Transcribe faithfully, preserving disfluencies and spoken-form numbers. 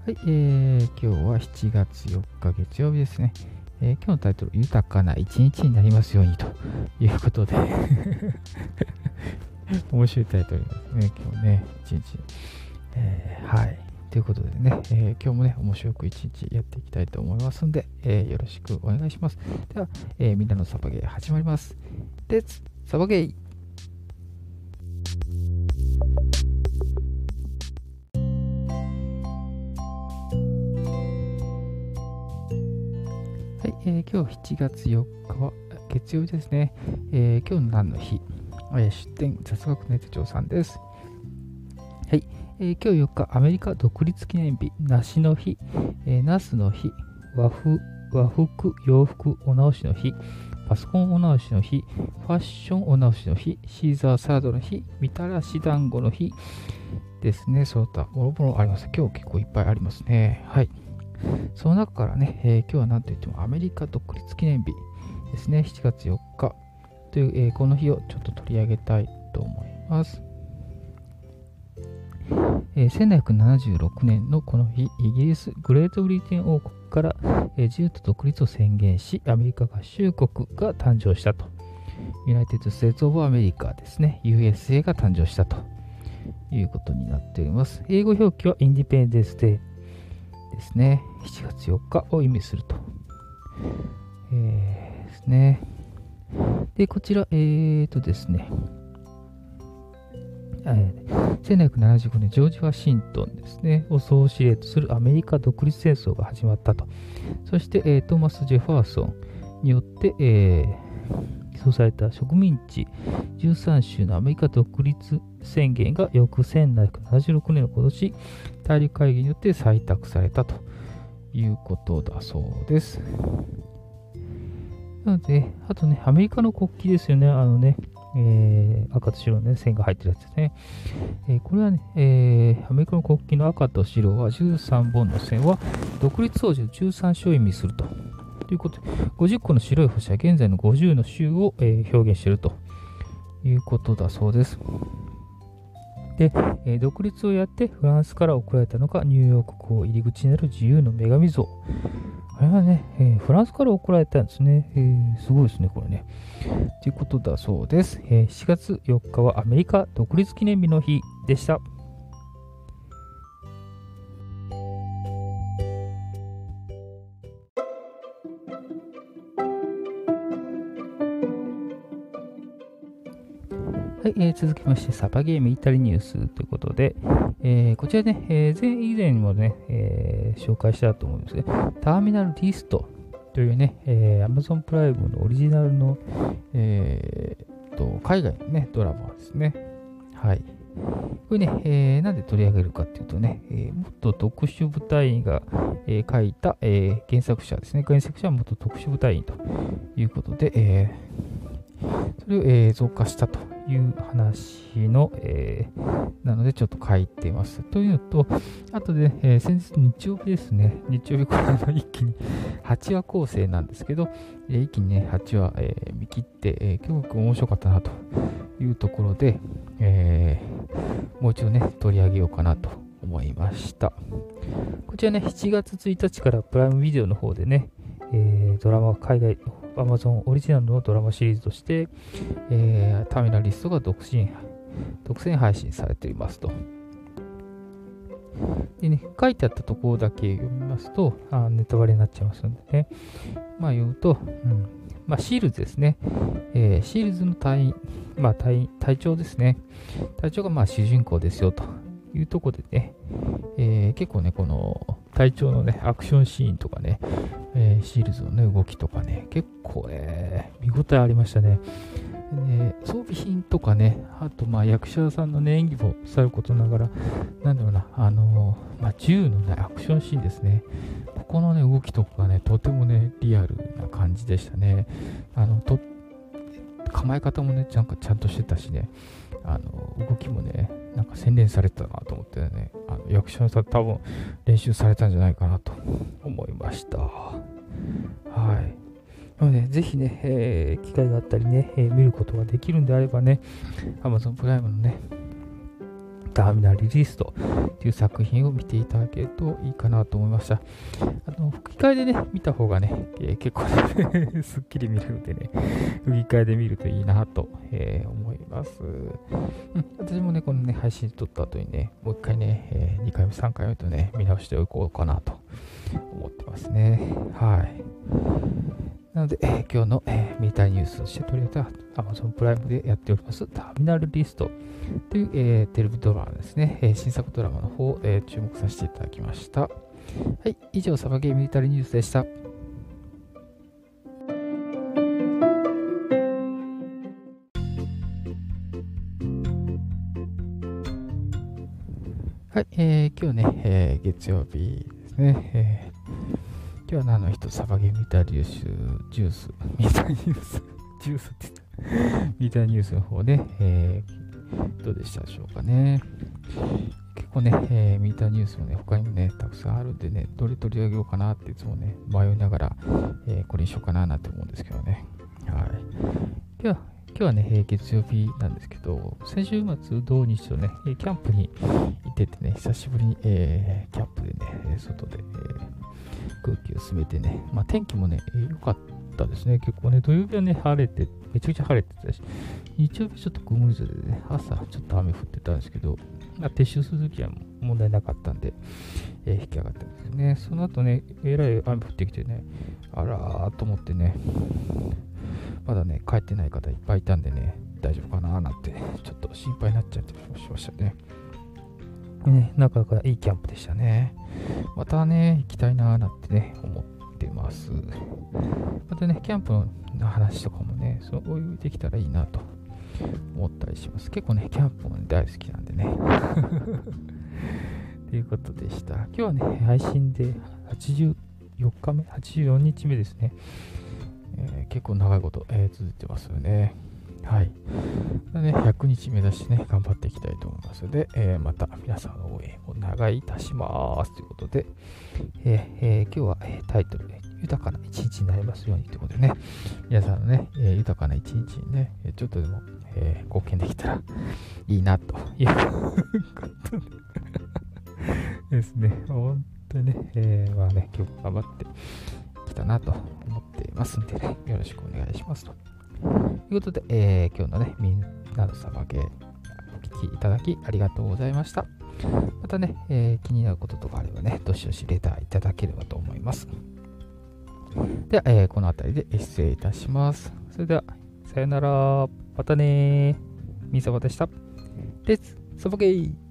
はい、えー、今日はしちがつよっか月曜日ですね。えー、今日のタイトル、豊かな一日になりますようにということで面白いタイトルですね、今日ね、一日。えー、はい。ということでね、えー、今日もね、面白く一日やっていきたいと思いますので、えー、よろしくお願いします。では、えー、みんなのサバゲー始まります。レッツサバゲー。はい、えー、今日しちがつよっかは月曜日ですね。えー、今日の何の日、えー、出店雑学ネット長さんです。はい、えー、今日よっか、アメリカ独立記念日、梨の日、えー、ナスの日、和風、和服、洋服お直しの日、パソコンお直しの日、ファッションお直しの日、シーザーサラダの日、みたらし団子の日ですね。その他、もろもろあります。今日結構いっぱいありますね。はい。その中からね、えー、今日は何と言ってもアメリカ独立記念日ですね。しちがつよっかという、えー、この日をちょっと取り上げたいと思います。えー、せんななひゃくななじゅうろくねんのこの日、イギリスグレートブリテン王国から、えー、自由と独立を宣言し、アメリカ合衆国が誕生したと。ユナイテッド・ステーツ・オブ・アメリカですね。ユーエスエー が誕生したということになっております。英語表記はインディペンデンス・デーですね。しちがつよっかを意味すると。えー、ですね。で、こちら、えーとですね。せんななひゃくななじゅうごねん、ジョージ・ワシントンですね、を総司令とするアメリカ独立戦争が始まったと。そして、えー、トーマス・ジェファーソンによって、えー、起訴された植民地じゅうさん州のアメリカ独立宣言が翌せんななひゃくななじゅうろくねんの今年、大陸会議によって採択されたということだそうです。なので、あとね、アメリカの国旗ですよね、あのね、えー、赤と白の、ね、線が入ってるやつですね。えー、これはね、えー、アメリカの国旗の赤と白はじゅうさんぼんの線は独立当時のじゅうさん州を意味すると。ということで、ごじゅっこの白い星は現在のごじゅうの州を、えー、表現しているということだそうです。で、えー、独立をやってフランスから送られたのがニューヨーク港入り口にある自由の女神像。あれはね、えー、フランスから送られたんですね。えー、すごいですね、これね。ということだそうです。えー、しちがつよっかはアメリカ独立記念日の日でした。はい、えー、続きまして、サバゲームイタリニュースということで、えー、こちらね、えー、前以前もね、えー、紹介したと思うんですけど、ターミナルリストというね、えー、Amazon プライムのオリジナルの、えー、と海外のね、ドラマですね。はい。これね、えー、なんで取り上げるかっていうとね、えー、元特殊部隊員が、えー、書いた、えー、原作者ですね。原作者は元特殊部隊員ということで、えー、それを映像化したという話の、えー、なのでちょっと書いてます。というのと、あとで、えー、先日日曜日ですね、日曜日これの一気にはちわ構成なんですけど、えー、一気にね、はちわ、えー、見切って、えー、今日面白かったなというところで、えー、もう一度ね、取り上げようかなと思いました。こちらね、しちがつついたちからプライムビデオの方でね、えー、ドラマ海外、Amazon オリジナルのドラマシリーズとして、えー、ターミナリストが独占、独占配信されていますと。でね、書いてあったところだけ読みますと、あネタバレになっちゃいますのでね。まあ言うと、うんまあ、シールズですね。えー、シールズの隊員、まあ隊、隊長ですね。隊長がまあ主人公ですよというところでね、えー、結構ね、この隊長のね、アクションシーンとかね、えー、シールズのね、動きとかね、結構ね、見応えありましたね。ね装備品とかね、あとまあ役者さんのね、演技もさることながら、なんだろうな、あのー、まあ、銃のね、アクションシーンですね。ここのね、動きとかがね、とてもね、リアルな感じでしたね。あの、と、構え方もね、なんかちゃんとしてたしね、あの、動きもね、なんか洗練されてたなと思ってね、あの役者さん多分練習されたんじゃないかなと思いました。はい。なので、ぜひね、えー、機会があったりね、えー、見ることができるんであればね、Amazon プライムのね、 ターミナルリリストという作品を見ていただけるといいかなと思いました。あの吹き替えでね、見た方がね、えー、結構ね、すっきり見れるのでね、吹き替えで見るといいなと、えー、思います、うん。私もね、このね、配信撮った後にね、もう一回ね、えー、にかいめ、さんかいめとね、見直しておこうかなと思ってますね。はい。なので、えー、今日の、えー、ミリタリーニュースとして取り上げた Amazon プライムでやっておりますターミナルリストという、えー、テレビドラマですね、えー、新作ドラマの方を、えー、注目させていただきました。はい、以上、サバゲーミリタリーニュースでした。はい、えー、今日ね、えー、月曜日ですね。えー今日は何の人、サバゲーミタリュース、ジュース、ミタニュース、ジュースって言った、ミタニュースの方ね、えー、どうでしたでしょうかね。結構ね、えー、ミタニュースもね、他にもね、たくさんあるんでね、どれ取り上げようかなっていつもね、迷いながら、えー、これにしようかななんて思うんですけどね。はい。今日は、今日はね、えー、月曜日なんですけど、先週末、土日とね、キャンプに行っててね、久しぶりに、えー、キャンプでね、外で、えー空気を進めてね、まあ、天気もね、良、えー、かったですね。結構ね、土曜日はね、晴れて、めちゃくちゃ晴れてたし、日曜日ちょっと曇り空でね、朝ちょっと雨降ってたんですけど、まあ、撤収するときは問題なかったんで、えー、引き上がったんですよね。その後ね、えらい雨降ってきてね、あらーと思ってね、まだね、帰ってない方いっぱいいたんでね、大丈夫かなーなんて、ちょっと心配になっちゃってしましたね。ね、なかなかいいキャンプでしたね。またね、行きたいなーなんてね、思ってます。またね、キャンプの話とかもね、そういうできたらいいなと思ったりします。結構ね、キャンプも、ね、大好きなんでね。ということでした。今日はね、配信ではちじゅうよっかめ、はちじゅうよっかめですね。えー、結構長いこと、えー、続いてますよね。はい。ね、ひゃくにちめ指してね、頑張っていきたいと思いますので、えー、また皆さんの応援をお願いいたします。ということで、えーえー、今日は、えー、タイトルで、豊かな一日になりますようにということでね、皆さんのね、えー、豊かな一日にね、ちょっとでも、えー、貢献できたらいいなということでですね、本当にね、えー、まあね、今日頑張ってきたなと思っていますんでね、よろしくお願いしますと。ということで、えー、今日のね、みんなのサバゲーお聞きいただきありがとうございました。またね、えー、気になることとかあればね、どしどしレターいただければと思います。では、えー、この辺りで失礼いたします。それでは、さよなら。またねー。みさばでした。レッツサバゲー。